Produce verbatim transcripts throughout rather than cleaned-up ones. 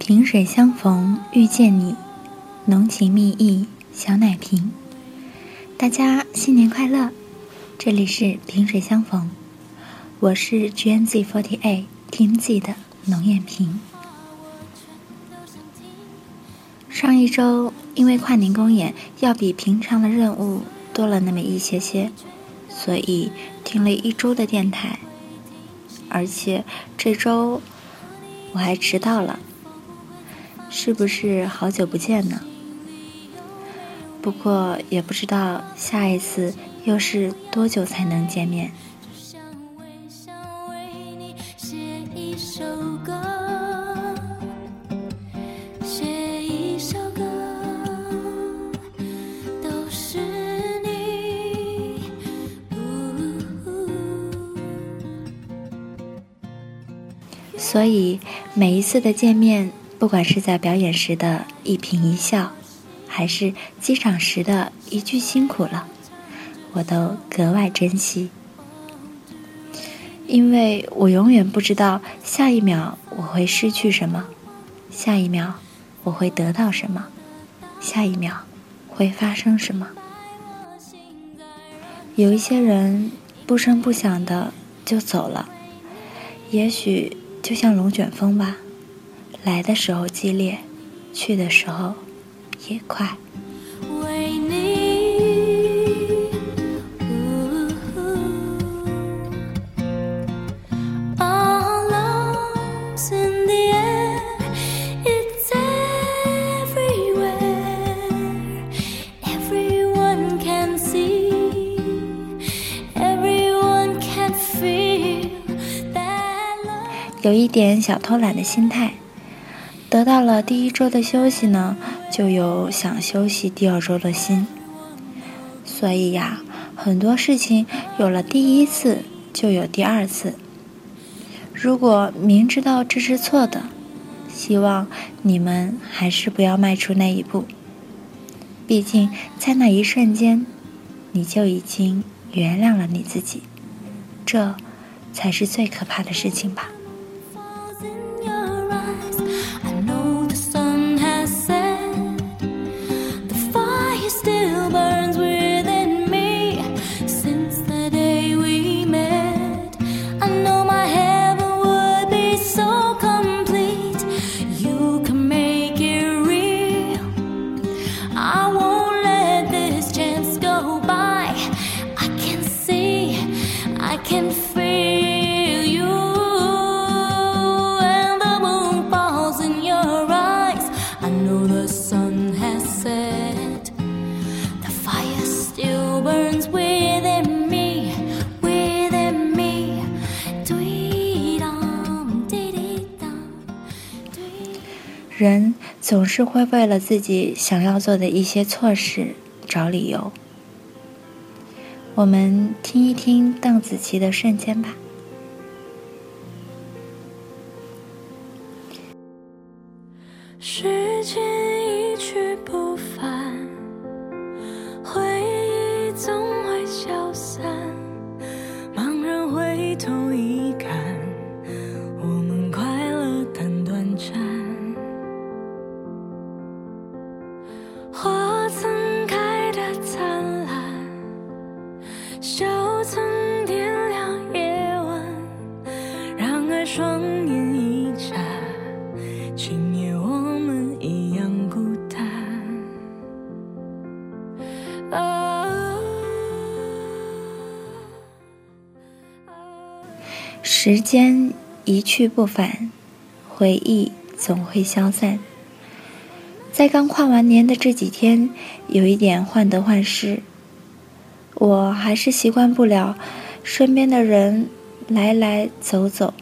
萍水相逢遇见你，浓情蜜意小奶瓶。大家新年快乐！这里是萍水相逢，我是 G N Z 四十八 Team Z 的浓艳萍。上一周因为跨年公演要比平常的任务多了那么一些些，所以停了一周的电台，而且这周我还迟到了，是不是好久不见呢？不过也不知道下一次又是多久才能见面。所以每一次的见面，不管是在表演时的一颦一笑，还是机场时的一句辛苦了，我都格外珍惜。因为我永远不知道下一秒我会失去什么，下一秒我会得到什么，下一秒会发生什么。有一些人不声不响的就走了，也许就像龙卷风吧，来的时候激烈，去的时候也快。为你All love's in the air, it's everywhere. Everyone can see, everyone can feel that love. 有一点小偷懒的心态，得到了第一周的休息呢，就有想休息第二周的心。所以呀，很多事情有了第一次就有第二次。如果明知道这是错的，希望你们还是不要迈出那一步。毕竟在那一瞬间，你就已经原谅了你自己，这才是最可怕的事情吧。人总是会为了自己想要做的一些错事找理由。我们听一听邓紫棋的《瞬间》吧。 时间一去不返，回忆总会消散，茫然回头一看，我们快乐但短暂。花曾开得灿烂，笑曾点亮夜晚，然而双眼一眨，今夜我们一样孤单。啊， 时间一去不返，回忆总会消散。在刚跨完年的这几天，有一点患得患失，我还是习惯不了身边的人来来走走。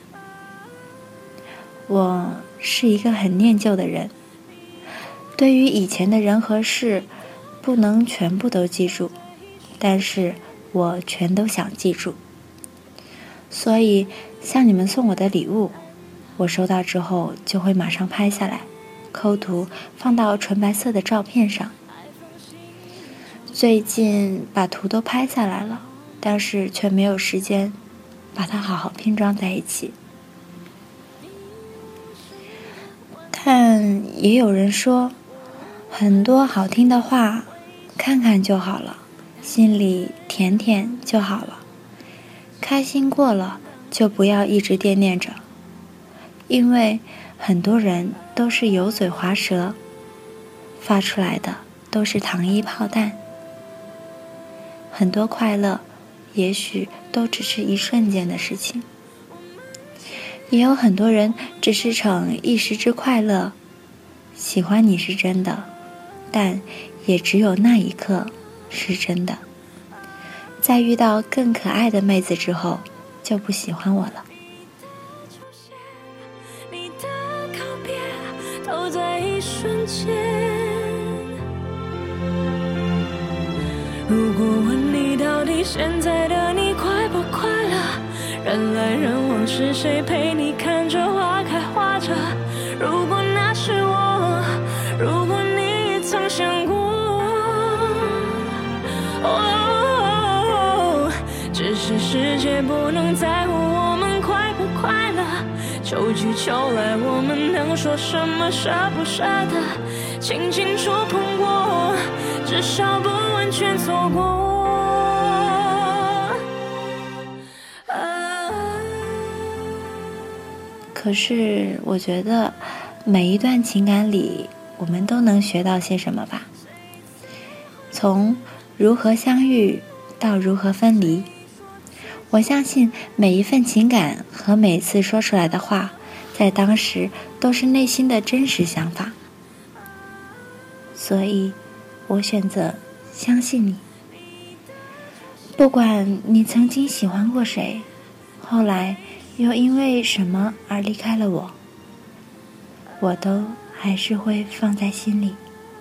我是一个很念旧的人，对于以前的人和事，不能全部都记住，但是我全都想记住。所以像你们送我的礼物，我收到之后就会马上拍下来，抠图放到纯白色的照片上。最近把图都拍下来了，但是却没有时间把它好好拼装在一起。 但也有人说，很多好听的话，看看就好了，心里甜甜就好了，开心过了就不要一直惦念着，因为很多人都是油嘴滑舌，发出来的都是糖衣炮弹。很多快乐也许都只是一瞬间的事情，也有很多人只是逞一时之快乐，喜欢你是真的，但也只有那一刻是真的，在遇到更可爱的妹子之后就不喜欢我了。 你的告别都在一瞬间，如果问你到底现在的你快不快乐，人来人往是谁陪你看着花开花着，如果那是我，如果你也曾想过，哦，只是世界不能在乎我们快不快乐，秋去秋来我们能说什么舍不舍得，轻轻触碰过，至少不完全错过。 可是我觉得每一段情感里我们都能学到些什么吧，从如何相遇到如何分离，我相信每一份情感和每次说出来的话，在当时都是内心的真实想法，所以我选择相信你。不管你曾经喜欢过谁，后来又因为什么而离开了我，我都还是会放在心里。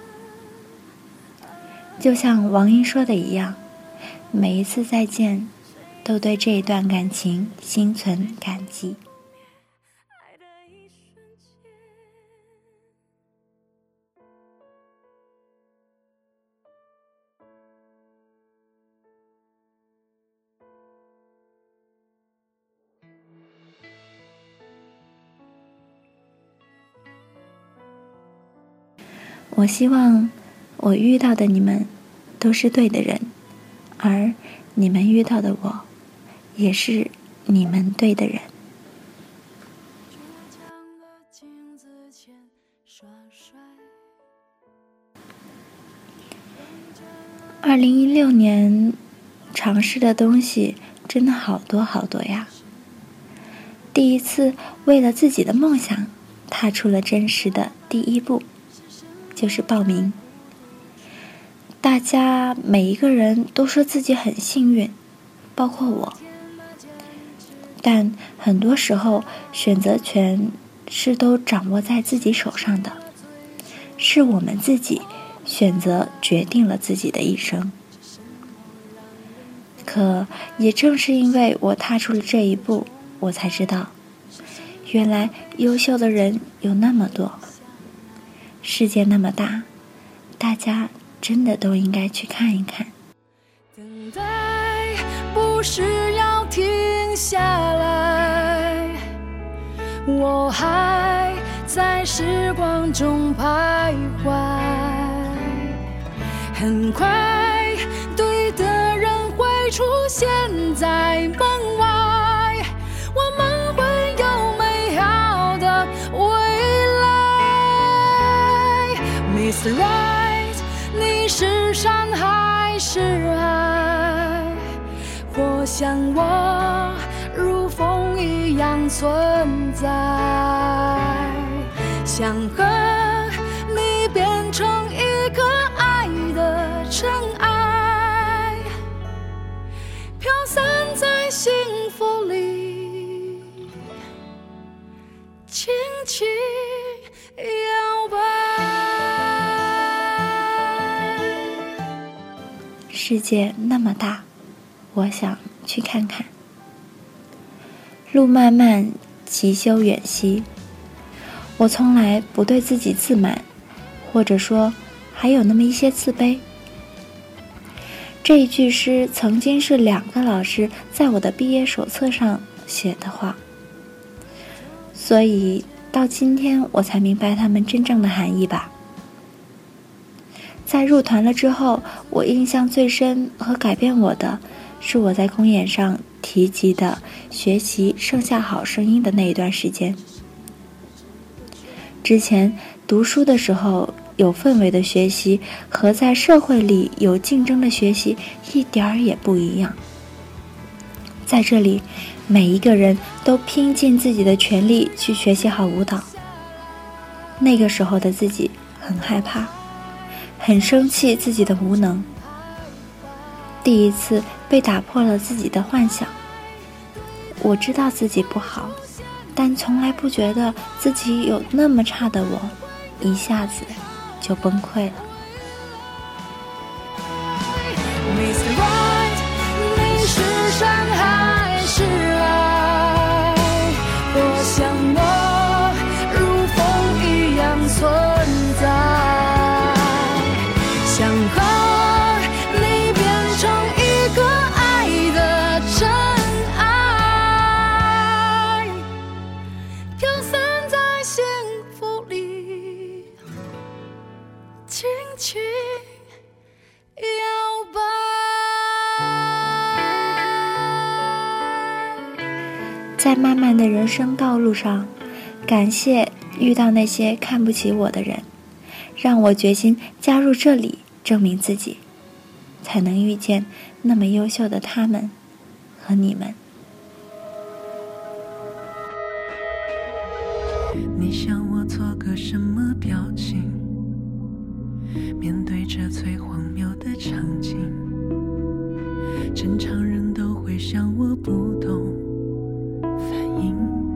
就像王英说的一样，每一次再见都对这一段感情心存感激。我希望我遇到的你们都是对的人，而你们遇到的我也是你们对的人。二零一六年尝试的东西真的好多好多呀。第一次为了自己的梦想踏出了真实的第一步，就是报名。大家每一个人都说自己很幸运，包括我，但很多时候选择权是都掌握在自己手上的，是我们自己选择决定了自己的一生。可也正是因为我踏出了这一步，我才知道原来优秀的人有那么多，世界那么大，大家真的都应该去看一看。 等待不是要停下来，我还在时光中徘徊，很快对的人会出现在门外，我们会有美好的未来。 Miss Right， 你是山还是海？或像我如风一样存在，想和你变成一个爱的尘埃，飘散在幸福里，轻轻摇摆。 世界那么大，我想去看看。路漫漫，其修远兮。我从来不对自己自满，或者说还有那么一些自卑。这一句诗曾经是两个老师在我的毕业手册上写的话，所以到今天我才明白它们真正的含义吧。在入团了之后，我印象最深和改变我的是我在公演上提及的学习盛夏好声音的那一段时间。之前读书的时候有氛围的学习和在社会里有竞争的学习一点儿也不一样。在这里，每一个人都拼尽自己的全力去学习好舞蹈。那个时候的自己很害怕，很生气自己的无能，第一次被打破了自己的幻想。我知道自己不好，但从来不觉得自己有那么差的我，一下子就崩溃了。 你是伤还是爱？我想我如风一样存在，想和你变成一个爱的真爱，飘散在幸福里，轻轻摇摆。 在漫漫的人生道路上，感谢遇到那些看不起我的人，让我决心加入这里，证明自己，才能遇见那么优秀的他们和你们。 你想我做个什么表情？面对这最荒谬的场景，正常人都会想我不懂反应。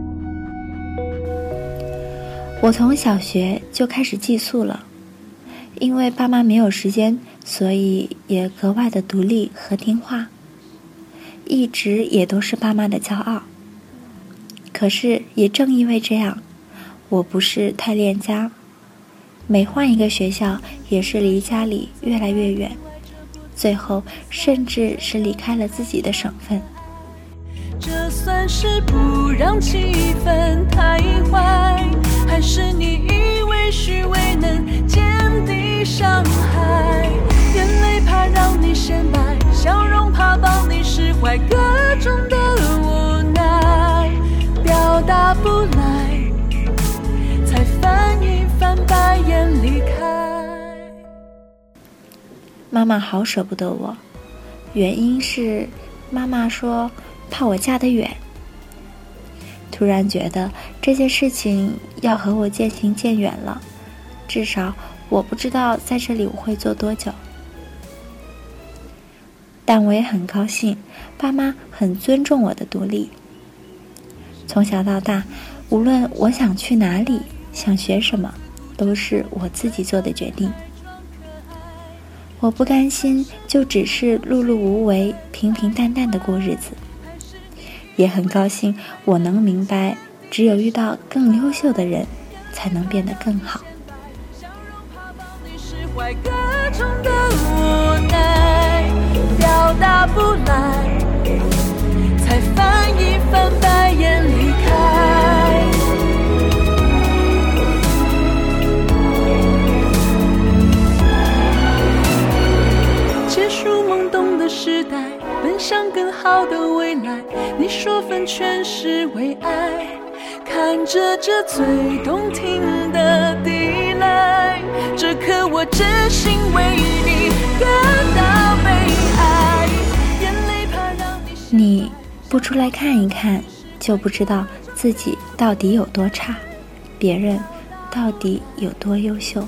我从小学就开始寄宿了，因为爸妈没有时间，所以也格外的独立和听话，一直也都是爸妈的骄傲。可是也正因为这样，我不是太恋家，每换一个学校也是离家里越来越远，最后甚至是离开了自己的省份。 这算是不让气氛太坏，还是你以为虚伪能减低伤害？眼泪怕让你显摆，笑容怕帮你释怀，各种的无奈表达不来，才翻一翻白眼离开。 妈妈好舍不得我，原因是妈妈说怕我嫁得远。突然觉得这件事情要和我渐行渐远了，至少我不知道在这里我会做多久。但我也很高兴，爸妈很尊重我的独立。从小到大，无论我想去哪里，想学什么，都是我自己做的决定。我不甘心就只是碌碌无为、平平淡淡的过日子，也很高兴我能明白，只有遇到更优秀的人，才能变得更好。 各种的无奈表达不来，才翻一翻白眼离开。结束懵懂的时代，奔向更好的未来。你说分全是为爱，看着这最动听的地来，这刻我真心为你感到悲哀。眼泪怕让你你不出来看一看，就不知道自己到底有多差，别人到底有多优秀。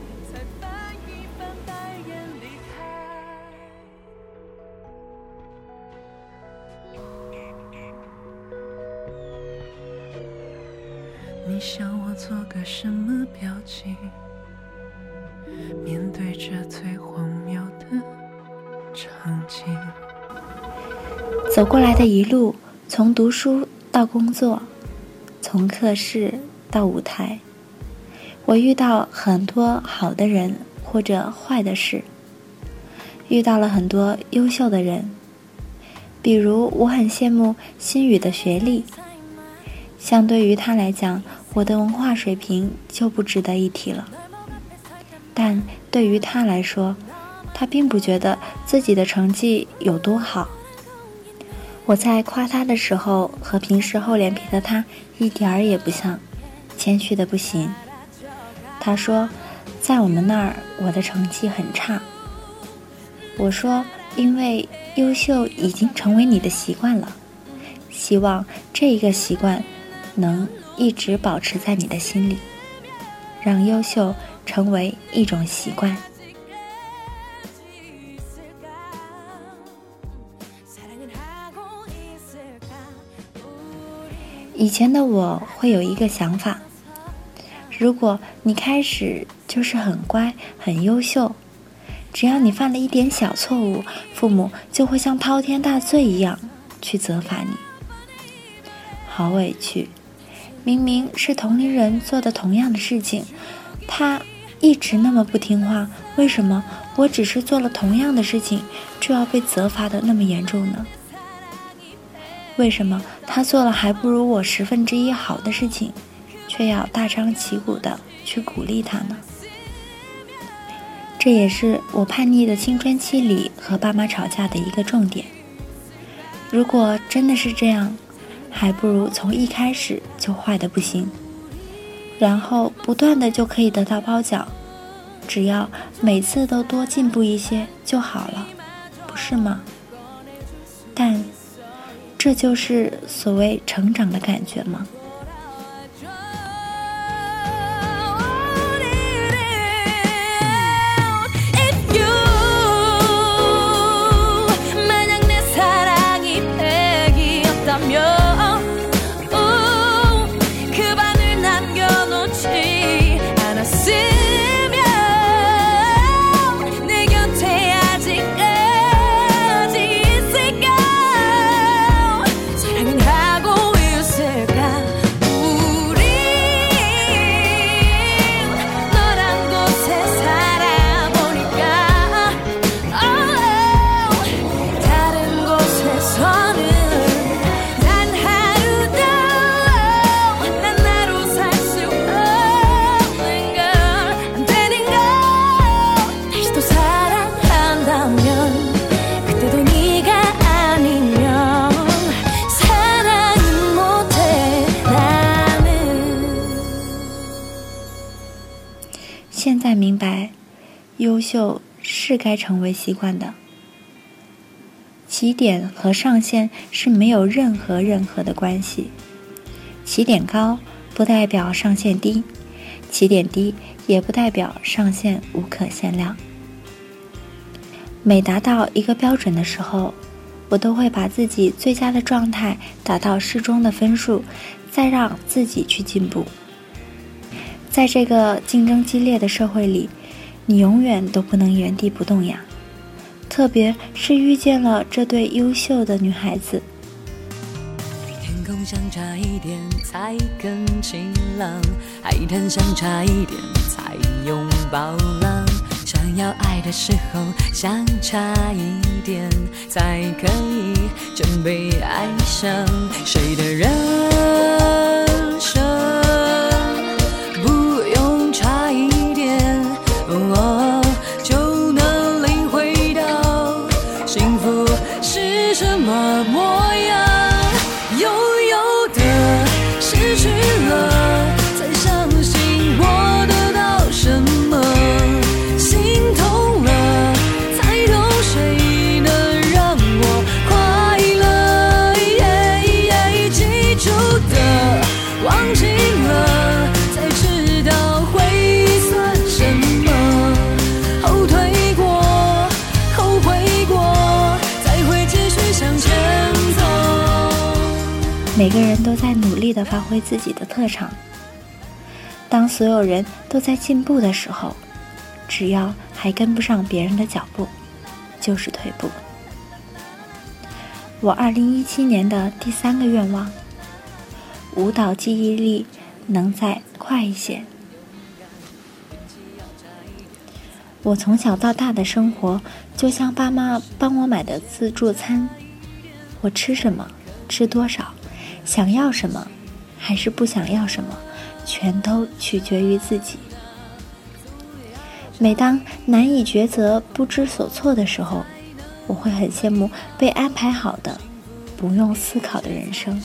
你想我做个什么表情？面对这最荒谬的场景。 走过来的一路，从读书到工作，从课室到舞台，我遇到很多好的人或者坏的事，遇到了很多优秀的人，比如我很羡慕心宇的学历， 相对于他来讲，我的文化水平就不值得一提了。但对于他来说，他并不觉得自己的成绩有多好。我在夸他的时候，和平时厚脸皮的他一点儿也不像，谦虚的不行。他说，在我们那儿，我的成绩很差。我说，因为优秀已经成为你的习惯了，希望这一个习惯能一直保持在你的心里，让优秀成为一种习惯。以前的我会有一个想法，如果你开始就是很乖很优秀，只要你犯了一点小错误，父母就会像滔天大罪一样去责罚你。好委屈，明明是同龄人做的同样的事情，他一直那么不听话，为什么我只是做了同样的事情就要被责罚的那么严重呢？为什么他做了还不如我十分之一好的事情，却要大张旗鼓的去鼓励他呢？这也是我叛逆的青春期里和爸妈吵架的一个重点。如果真的是这样，还不如从一开始就坏得不行，然后不断的就可以得到褒奖，只要每次都多进步一些就好了，不是吗？但这就是所谓成长的感觉吗？现在明白，优秀是该成为习惯的。起点和上限是没有任何任何的关系，起点高不代表上限低，起点低也不代表上限无可限量。每达到一个标准的时候，我都会把自己最佳的状态达到适中的分数，再让自己去进步。在这个竞争激烈的社会里，你永远都不能原地不动呀，特别是遇见了这对优秀的女孩子。 天空相差一点才更晴朗，海滩相差一点才拥抱浪，想要爱的时候相差一点才可以真被爱上。谁的人生不用差一点、哦、就能领会到幸福是什么模样。拥有的失去了才相信我得到什么，心痛了才懂谁能让我快乐、yeah, yeah, 记住的忘记了才知道会算什么，后退过后悔过才会继续向前走。 每个人都在努力地发挥自己的特长，当所有人都在进步的时候，只要还跟不上别人的脚步，就是退步。我二零一七年的第三个愿望，舞蹈记忆力能再快一些。我从小到大的生活就像爸妈帮我买的自助餐，我吃什么，吃多少，想要什么还是不想要什么，全都取决于自己。每当难以抉择、不知所措的时候，我会很羡慕被安排好的、不用思考的人生。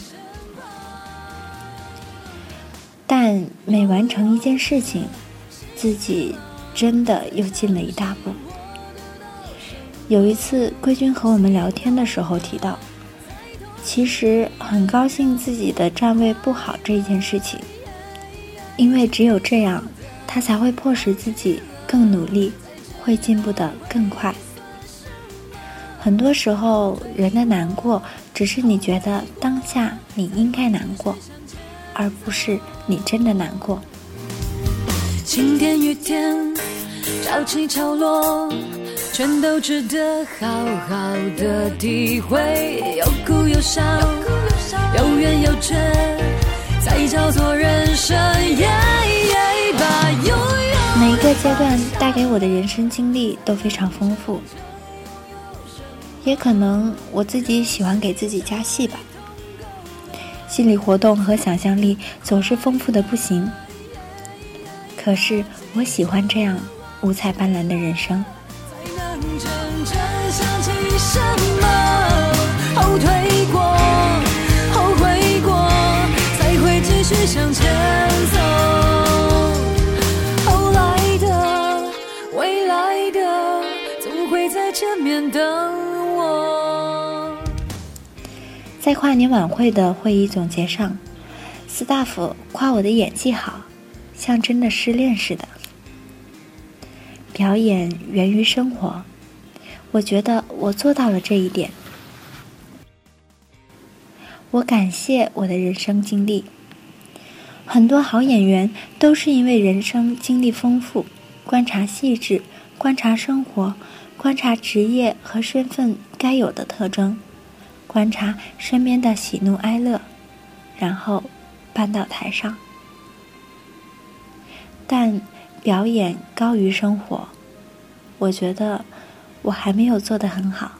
但每完成一件事情，自己真的又进了一大步。有一次，贵军和我们聊天的时候提到，其实很高兴自己的站位不好这一件事情，因为只有这样，他才会迫使自己更努力，会进步得更快。很多时候，人的难过只是你觉得当下你应该难过，而不是你真的难过。 晴天雨天，潮起潮落，全都值得好好的体会，有哭有笑，有怨有缺，才叫做人生。 每一个阶段带给我的人生经历都非常丰富，也可能我自己喜欢给自己加戏吧，心理活动和想象力总是丰富的不行，可是我喜欢这样五彩斑斓的人生。 才能真正想起什么，后退过，后悔过，才会继续向前走。后来的，未来的，总会在前面等我。 在跨年晚会的会议总结上，斯大夫夸我的演技好，像真的失恋似的。表演源于生活，我觉得我做到了这一点。我感谢我的人生经历，很多好演员都是因为人生经历丰富，观察细致，观察生活，观察职业和身份该有的特征，观察身边的喜怒哀乐，然后搬到台上。但表演高于生活，我觉得我还没有做得很好。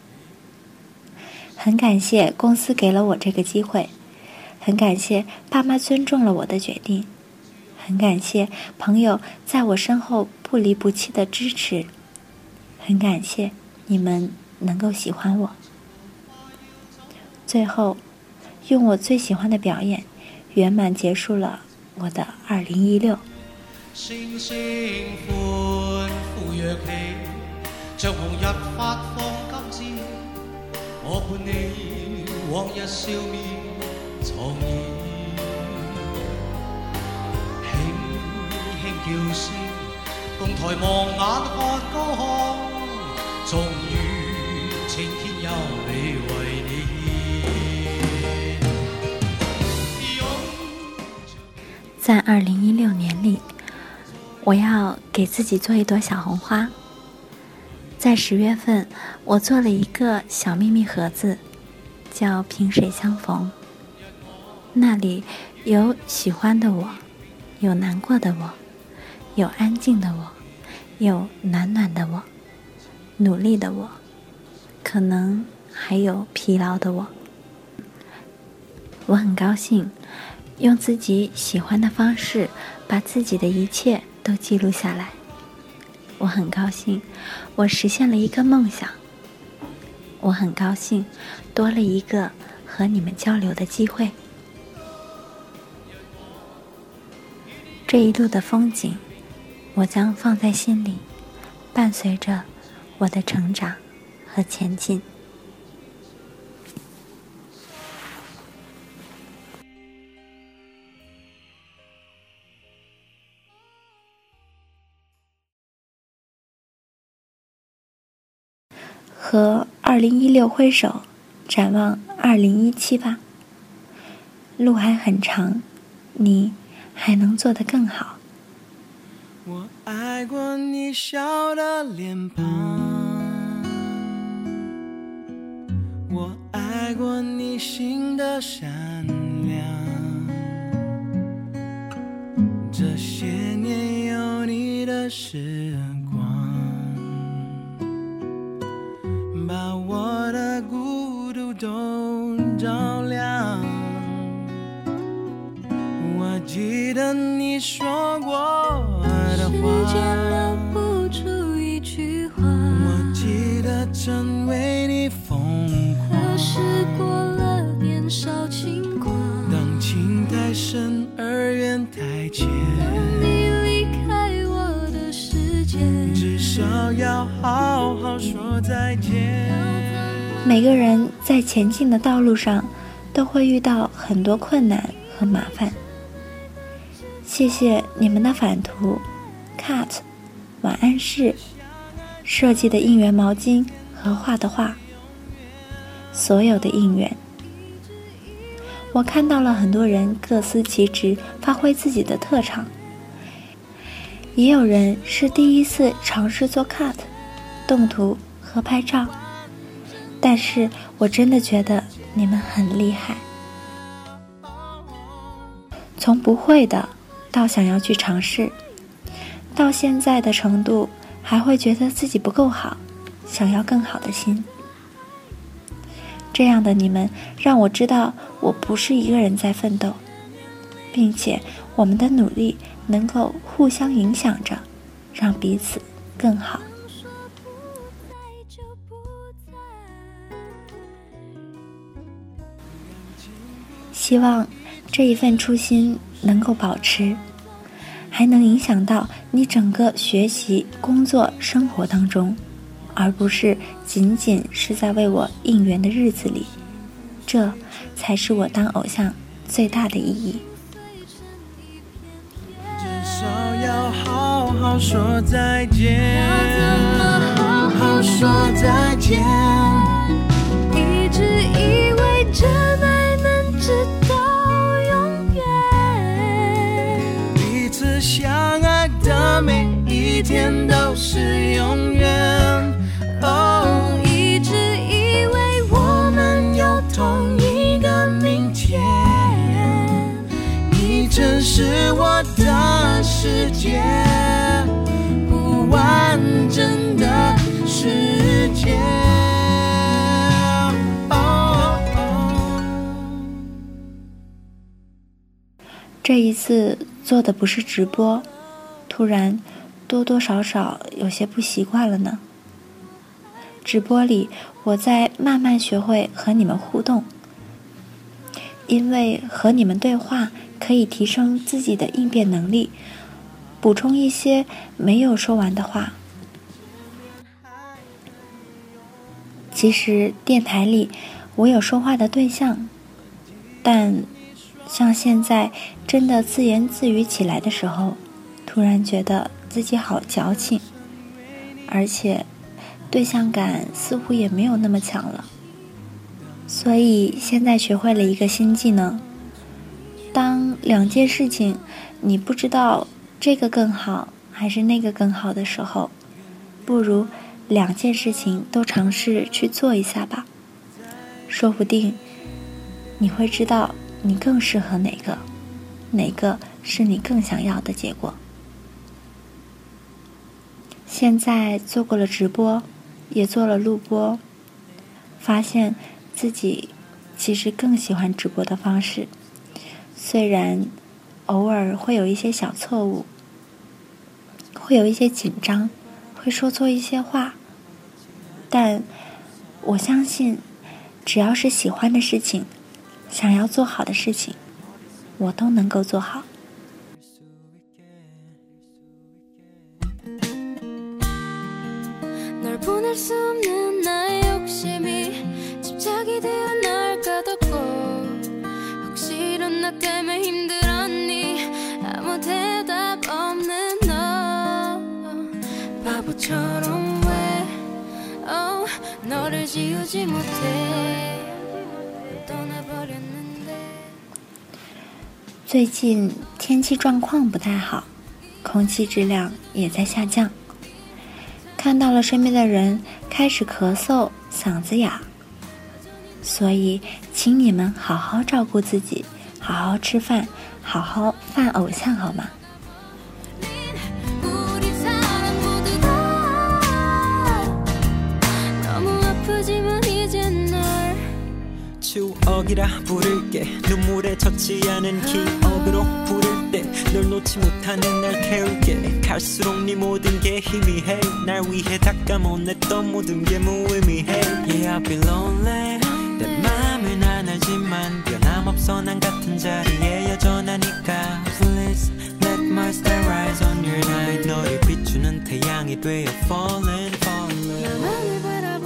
很感谢公司给了我这个机会，很感谢爸妈尊重了我的决定，很感谢朋友在我身后不离不弃的支持，很感谢你们能够喜欢我。最后，用我最喜欢的表演，圆满结束了我的二零一六。 星星歡呼躍起，像紅日發放金枝，我伴你往日笑面重現，輕輕叫聲，共抬望眼看高空，終於青天優美為你獻。 在二零一六年里，我要给自己做一朵小红花。在十月份，我做了一个小秘密盒子，叫萍水相逢。那里有喜欢的我，有难过的我，有安静的我，有暖暖的我，努力的我，可能还有疲劳的我。我很高兴用自己喜欢的方式把自己的一切都记录下来。我很高兴我实现了一个梦想，我很高兴多了一个和你们交流的机会。这一路的风景我将放在心里，伴随着我的成长和前进。和二零一六挥手，展望二零一七吧。路还很长，你还能做得更好。 我爱过你笑的脸庞，我爱过你心的善良，这些年有你的时光，把我的孤独都照亮。 记得你说过的话， 时间留不住一句话， 我记得真为你疯狂。 可是过了年少轻狂， 当情太深而缘太浅， 当你离开我的世界， 至少要好好说再见。 每个人在前进的道路上都会遇到很多困难和麻烦。谢谢你们的反图、cut、晚安式设计的应援毛巾和画的画，所有的应援。我看到了很多人各司其职，发挥自己的特长，也有人是第一次尝试做 cut、动图和拍照，但是我真的觉得你们很厉害。从不会的到想要去尝试，到现在的程度还会觉得自己不够好，想要更好的心。这样的你们让我知道我不是一个人在奋斗，并且我们的努力能够互相影响着，让彼此更好。希望这一份初心能够保持，还能影响到你整个学习、工作、生活当中，而不是仅仅是在为我应援的日子里。这才是我当偶像最大的意义。 至少要好好说再见， 要怎么好好说再见。 一直以为真爱能直到永远， 彼此相爱的每一天都是永远。哦， 一直以为我们有同一个明天， 你曾是我的世界，不完整的世界。 这一次做的不是直播，突然多多少少有些不习惯了呢。直播里我在慢慢学会和你们互动，因为和你们对话可以提升自己的应变能力，补充一些没有说完的话。其实电台里我有说话的对象，但像现在真的自言自语起来的时候，突然觉得自己好矫情，而且对象感似乎也没有那么强了。所以现在学会了一个新技能，当两件事情你不知道这个更好还是那个更好的时候，不如两件事情都尝试去做一下吧，说不定你会知道你更适合哪个，哪个是你更想要的结果。现在做过了直播，也做了录播，发现自己其实更喜欢直播的方式，虽然偶尔会有一些小错误，会有一些紧张，会说错一些话，但我相信只要是喜欢的事情，想要做好的事情，我都能够做好。 널 보낼 수 없는 나의 욕심이 집착이 되어 널 가뒀고, 혹시 이런 나 때문에 힘들었니? 아무 대답 없는 너 바보처럼 왜 oh, 너를 지우지 못해 떠나버렸는데。 最近天气状况不太好，空气质量也在下降，看到了身边的人开始咳嗽，嗓子哑，所以请你们好好照顾自己，好好吃饭，好好饭偶像好吗？ 추억이라 부를게 눈물에 젖지 않은 기억으로 부를 때 널 놓지 못하는 날 태울게 갈수록 네 모든 게 희미해 날 위해 닦아못냈던 모든 게 무의미해 Yeah I'll be lonely 내 맘은 안 알지만 변함없어 난 같은 자리에 여전하니까 Please let my star rise on your night 너를 비추는 태양이 되어 falling falling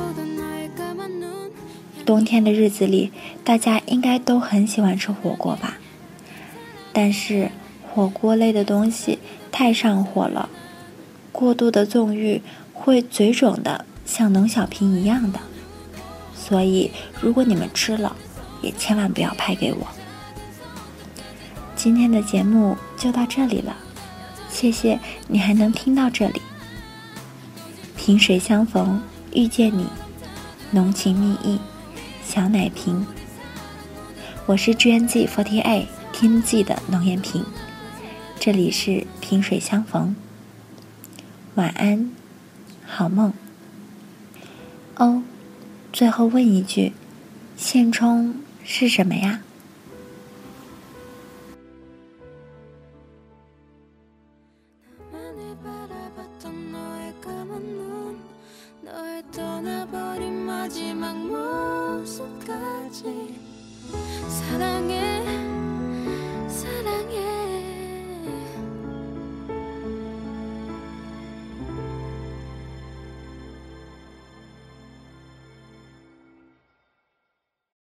冬天的日子里，大家应该都很喜欢吃火锅吧？但是火锅类的东西太上火了，过度的纵欲会嘴肿的像农小平一样的。所以如果你们吃了，也千万不要拍给我。今天的节目就到这里了，谢谢你还能听到这里。萍水相逢，遇见你，浓情蜜意，小奶瓶。我是 G N G 四十八 Team G 的农艳萍，这里是萍水相逢。晚安，好梦。哦，最后问一句，现充是什么呀？ 너의 떠나버린 마지막